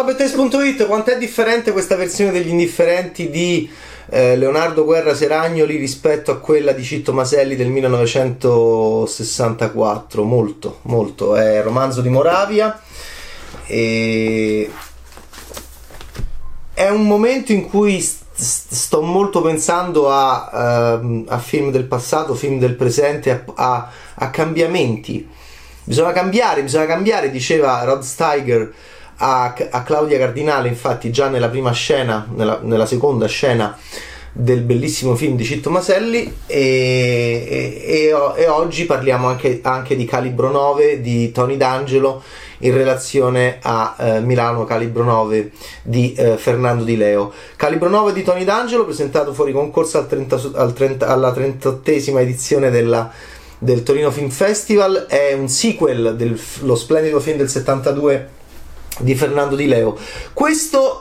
Bettes.it, quant'è differente questa versione degli indifferenti di Leonardo Guerra Seragnoli rispetto a quella di Citto Maselli del 1964? Molto, molto. È Romanzo di Moravia e è un momento in cui sto molto pensando a film del passato, film del presente, a cambiamenti. Bisogna cambiare, diceva Rod Steiger a Claudia Cardinale, infatti, già nella prima scena, nella seconda scena del bellissimo film di Citto Maselli, e oggi parliamo anche di Calibro 9 di Tony D'Angelo in relazione a Milano Calibro 9 di Fernando Di Leo. Calibro 9 di Tony D'Angelo, presentato fuori concorso alla 38esima edizione del Torino Film Festival, è un sequel dello splendido film del 72 di Fernando Di Leo. Questo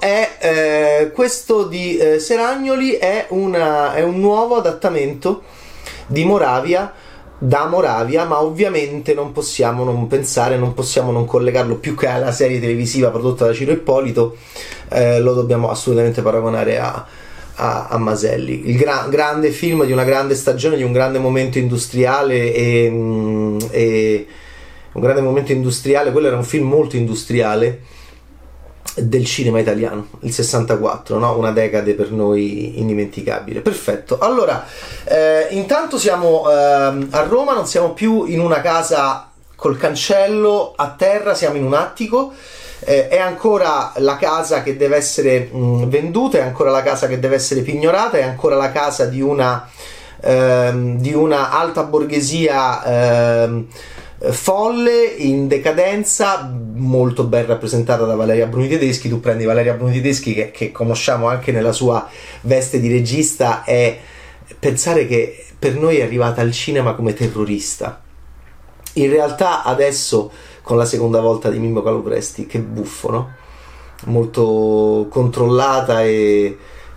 di Seragnoli è un nuovo adattamento di Moravia, da Moravia, ma ovviamente non possiamo non collegarlo, più che alla serie televisiva prodotta da Ciro Ippolito, lo dobbiamo assolutamente paragonare a Maselli, il grande film di una grande stagione, di un grande momento industriale e un grande momento industriale. Quello era un film molto industriale del cinema italiano, il 64, no? Una decade per noi indimenticabile. Perfetto. Allora, intanto siamo a Roma, non siamo più in una casa col cancello a terra, siamo in un attico. È ancora la casa che deve essere venduta, è ancora la casa che deve essere pignorata, è ancora la casa di una alta borghesia folle, in decadenza, molto ben rappresentata da Valeria Bruni Tedeschi. Tu prendi Valeria Bruni Tedeschi, che conosciamo anche nella sua veste di regista, e pensare che per noi è arrivata al cinema come terrorista. In realtà adesso, con la seconda volta di Mimmo Calopresti, che buffo, no? Molto controllata e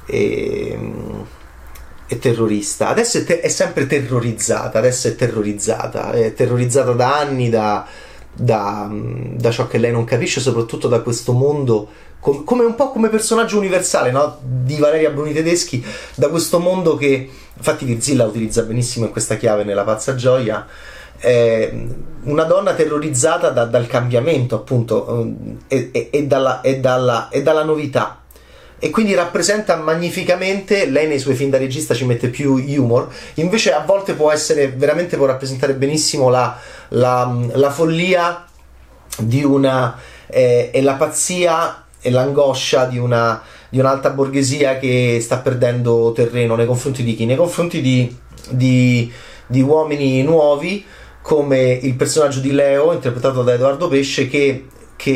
terrorista. Adesso è sempre terrorizzata, è terrorizzata da anni, da ciò che lei non capisce, soprattutto da questo mondo, come un po' come personaggio universale, no? Di Valeria Bruni Tedeschi, da questo mondo che, infatti, Virzilla utilizza benissimo in questa chiave nella Pazza Gioia. Una donna terrorizzata dal cambiamento, appunto, e dalla novità, e quindi rappresenta magnificamente. Lei nei suoi film da regista ci mette più humor, invece a volte può rappresentare benissimo la follia di una e la pazzia e l'angoscia di un'alta borghesia che sta perdendo terreno nei confronti di chi? Nei confronti di uomini nuovi, come il personaggio di Leo, interpretato da Edoardo Pesce, che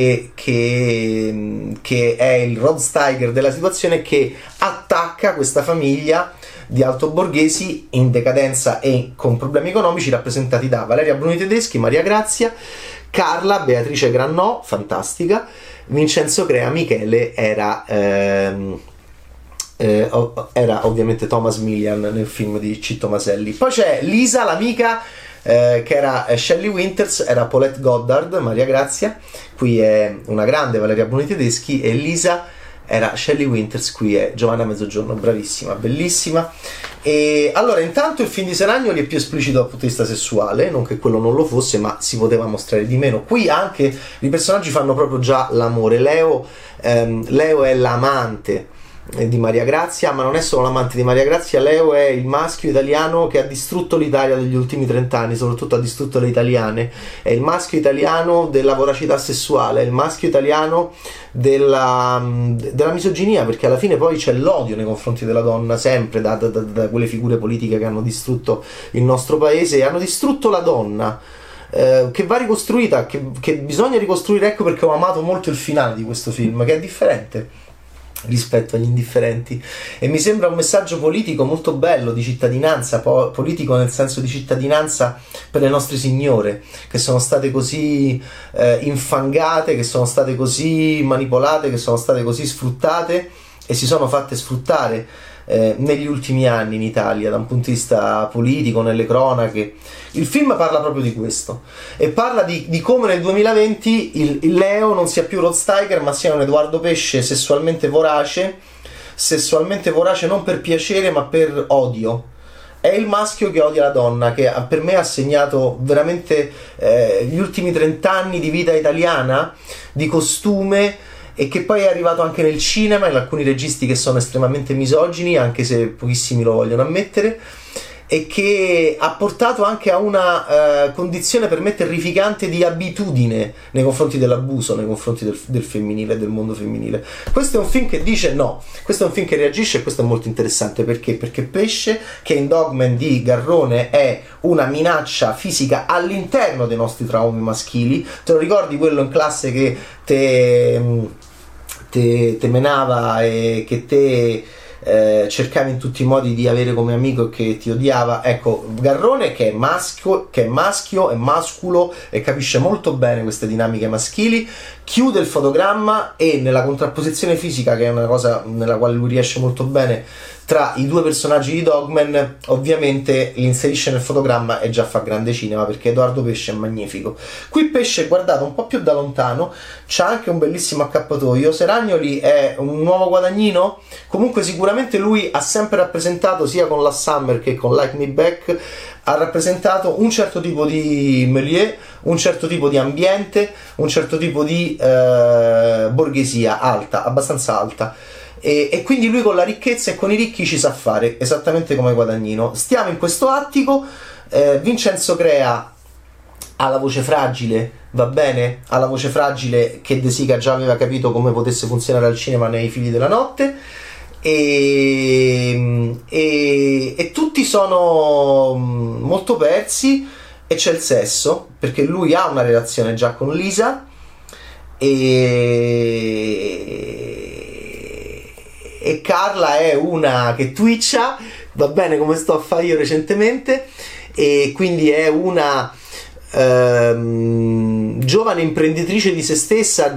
è il Rod Steiger della situazione, che attacca questa famiglia di altoborghesi in decadenza e con problemi economici, rappresentati da Valeria Bruni Tedeschi, Maria Grazia, Carla, Beatrice Grannò, fantastica, Vincenzo Crea, Michele era ovviamente Thomas Millian nel film di Citto Maselli. Poi c'è Lisa, l'amica, che era Shelley Winters, era Paulette Goddard, Maria Grazia, qui è una grande Valeria Bruni Tedeschi, e Lisa era Shelley Winters, qui è Giovanna Mezzogiorno, bravissima, bellissima. E allora, intanto il film di Seragnoli è più esplicito dal punto di vista sessuale, non che quello non lo fosse, ma si poteva mostrare di meno. Qui anche i personaggi fanno proprio già l'amore. Leo è l'amante di Maria Grazia, ma non è solo l'amante di Maria Grazia. Leo è il maschio italiano che ha distrutto l'Italia degli ultimi 30 anni, soprattutto ha distrutto le italiane. È il maschio italiano della voracità sessuale, è il maschio italiano della misoginia, perché alla fine poi c'è l'odio nei confronti della donna, sempre da quelle figure politiche che hanno distrutto il nostro paese e hanno distrutto la donna, che va ricostruita, che bisogna ricostruire. Ecco perché ho amato molto il finale di questo film, che è differente rispetto agli indifferenti, e mi sembra un messaggio politico molto bello, di cittadinanza, politico nel senso di cittadinanza per le nostre signore, che sono state così infangate, che sono state così manipolate, che sono state così sfruttate e si sono fatte sfruttare negli ultimi anni in Italia da un punto di vista politico, nelle cronache. Il film parla proprio di questo e parla di come nel 2020 il Leo non sia più Rod Steiger ma sia un Edoardo Pesce sessualmente vorace non per piacere ma per odio. È il maschio che odia la donna, che per me ha segnato veramente gli ultimi 30 anni di vita italiana, di costume, e che poi è arrivato anche nel cinema, in alcuni registi che sono estremamente misogini, anche se pochissimi lo vogliono ammettere, e che ha portato anche a una condizione per me terrificante di abitudine nei confronti dell'abuso, nei confronti del femminile, del mondo femminile. Questo è un film che dice no, questo è un film che reagisce, e questo è molto interessante. Perché? Perché Pesce, che in Dogman di Garrone è una minaccia fisica all'interno dei nostri traumi maschili. Te lo ricordi quello in classe che te menava e che te cercavi in tutti i modi di avere come amico e che ti odiava? Ecco, Garrone che è maschio, è masculo e capisce molto bene queste dinamiche maschili, chiude il fotogramma e nella contrapposizione fisica, che è una cosa nella quale lui riesce molto bene, tra i due personaggi di Dogman, ovviamente li inserisce nel fotogramma e già fa grande cinema, perché Edoardo Pesce è magnifico. Qui Pesce, guardato un po' più da lontano, c'ha anche un bellissimo accappatoio. Seragnoli è un nuovo guadagnino? Comunque sicuramente lui ha sempre rappresentato, sia con Last Summer che con Like Me Back, ha rappresentato un certo tipo di milieu, un certo tipo di ambiente, un certo tipo di borghesia alta, abbastanza alta. E quindi lui con la ricchezza e con i ricchi ci sa fare, esattamente come Guadagnino. Stiamo in questo attico, Vincenzo Crea ha la voce fragile, va bene? Ha la voce fragile che De Sica già aveva capito come potesse funzionare al cinema nei Figli della Notte, e tutti sono molto persi, e c'è il sesso, perché lui ha una relazione già con Lisa, e Carla è una che twitcha, va bene, come sto a fare io recentemente, e quindi è una giovane imprenditrice di se stessa,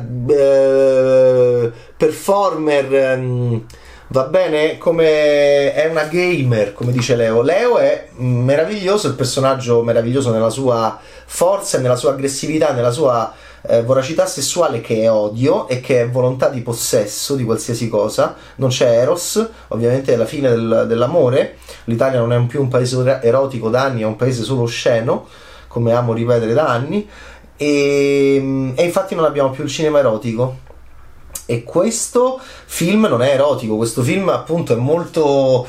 performer, va bene, come è una gamer, come dice Leo. Leo è meraviglioso, il personaggio meraviglioso nella sua forza, nella sua aggressività, nella sua voracità sessuale, che è odio e che è volontà di possesso di qualsiasi cosa. Non c'è Eros, ovviamente è la fine dell'amore. L'Italia non è più un paese erotico da anni, è un paese solo osceno, come amo ripetere da anni, e infatti non abbiamo più il cinema erotico. E questo film non è erotico, questo film appunto è molto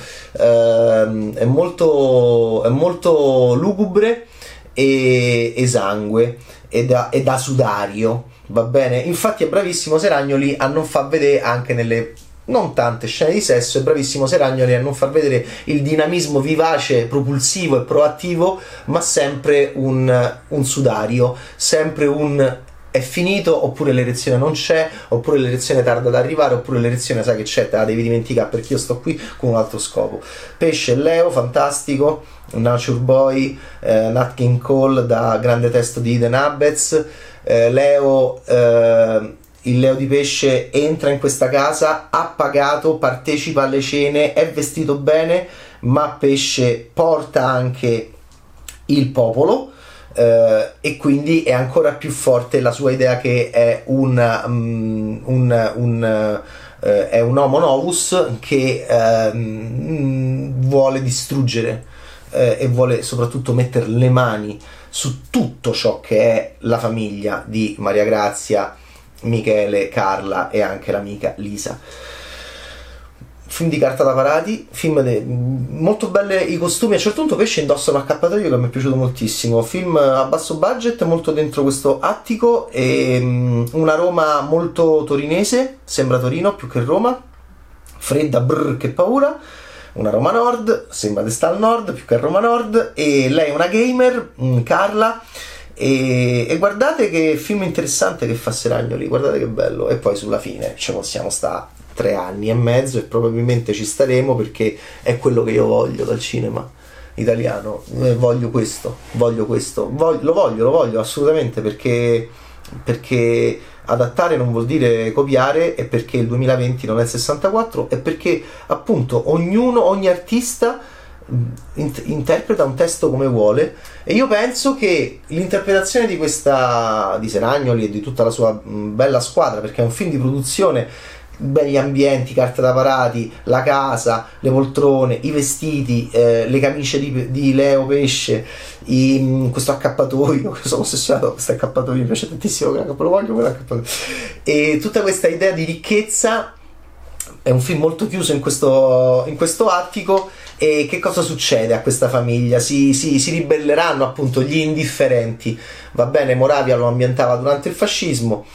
lugubre e esangue e da sudario, va bene? Infatti è bravissimo Seragnoli a non far vedere, anche nelle non tante scene di sesso, è bravissimo Seragnoli a non far vedere il dinamismo vivace, propulsivo e proattivo, ma sempre un sudario, sempre un è finito, oppure l'erezione non c'è, oppure l'erezione tarda ad arrivare, oppure l'erezione sai che c'è, te la devi dimenticare perché io sto qui con un altro scopo. Pesce e Leo, fantastico. Nature Boy, Nat King Cole da grande testo di Eden Abetz. Leo, il Leo di Pesce entra in questa casa, ha pagato, partecipa alle cene, è vestito bene, ma Pesce porta anche il popolo. E quindi è ancora più forte la sua idea che è un homo novus che vuole distruggere e vuole soprattutto mettere le mani su tutto ciò che è la famiglia di Maria Grazia, Michele, Carla e anche l'amica Lisa. Film di carta da parati, molto belle i costumi. A un certo punto Pesce indossa un accappatoio che mi è piaciuto moltissimo. Film a basso budget, molto dentro questo attico, e una Roma molto torinese, sembra Torino più che Roma, fredda, brr, che paura. Una Roma Nord, sembra di stare al nord più che a Roma Nord, e lei è una gamer, Carla. E guardate che film interessante che fa Seragnoli, guardate che bello. E poi sulla fine ci possiamo stare 3 anni e mezzo, e probabilmente ci staremo, perché è quello che io voglio dal cinema italiano. Voglio questo, lo voglio assolutamente, perché perché adattare non vuol dire copiare, e perché il 2020 non è il 64, e perché appunto ogni artista interpreta un testo come vuole. E io penso che l'interpretazione di Seragnoli e di tutta la sua bella squadra, perché è un film di produzione, begli ambienti, carte da parati, la casa, le poltrone, i vestiti, le camicie di Leo Pesce, questo accappatoio, che sono ossessionato con questo accappatoio, mi piace tantissimo lo voglio quell'accappatoio, e tutta questa idea di ricchezza. È un film molto chiuso in questo attico. E che cosa succede a questa famiglia? Si ribelleranno appunto gli indifferenti. Va bene, Moravia lo ambientava durante il fascismo,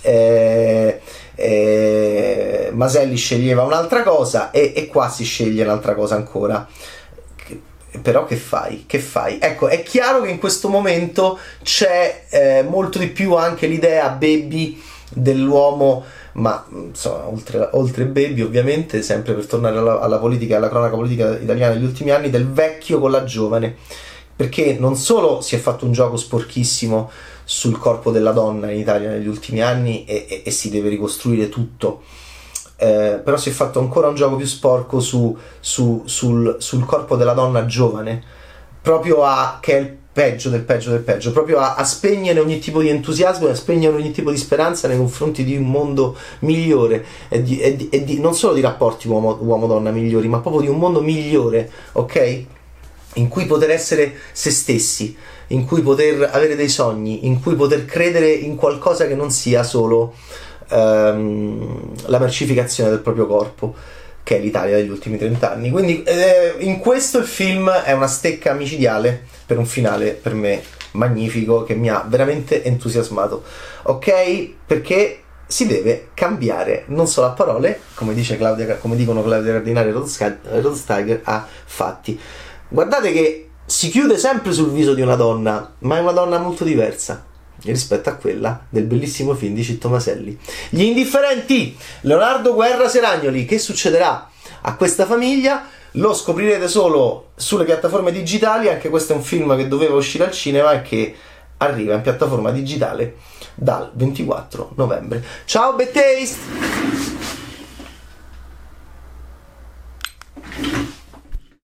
Maselli sceglieva un'altra cosa, e qua si sceglie un'altra cosa ancora. Però che fai? Ecco, è chiaro che in questo momento c'è molto di più anche l'idea baby dell'uomo, ma insomma, oltre baby, ovviamente, sempre per tornare alla politica, alla cronaca politica italiana degli ultimi anni, del vecchio con la giovane, perché non solo si è fatto un gioco sporchissimo sul corpo della donna in Italia negli ultimi anni, e si deve ricostruire tutto, però si è fatto ancora un gioco più sporco sul corpo della donna giovane, proprio che è il peggio del peggio del peggio, proprio a spegnere ogni tipo di entusiasmo e a spegnere ogni tipo di speranza nei confronti di un mondo migliore, e non solo di rapporti uomo-donna migliori, ma proprio di un mondo migliore, ok? In cui poter essere se stessi, in cui poter avere dei sogni, in cui poter credere in qualcosa che non sia solo la mercificazione del proprio corpo, che è l'Italia degli ultimi 30 anni. Quindi in questo il film è una stecca micidiale per un finale per me magnifico, che mi ha veramente entusiasmato, ok? Perché si deve cambiare non solo a parole, come dicono Claudia Cardinale e Rod Steiger, a fatti. Guardate che si chiude sempre sul viso di una donna, ma è una donna molto diversa rispetto a quella del bellissimo film di Citto Maselli. Gli indifferenti, Leonardo Guerra Seragnoli. Che succederà a questa famiglia lo scoprirete solo sulle piattaforme digitali. Anche questo è un film che doveva uscire al cinema e che arriva in piattaforma digitale dal 24 novembre. Ciao Bad Taste!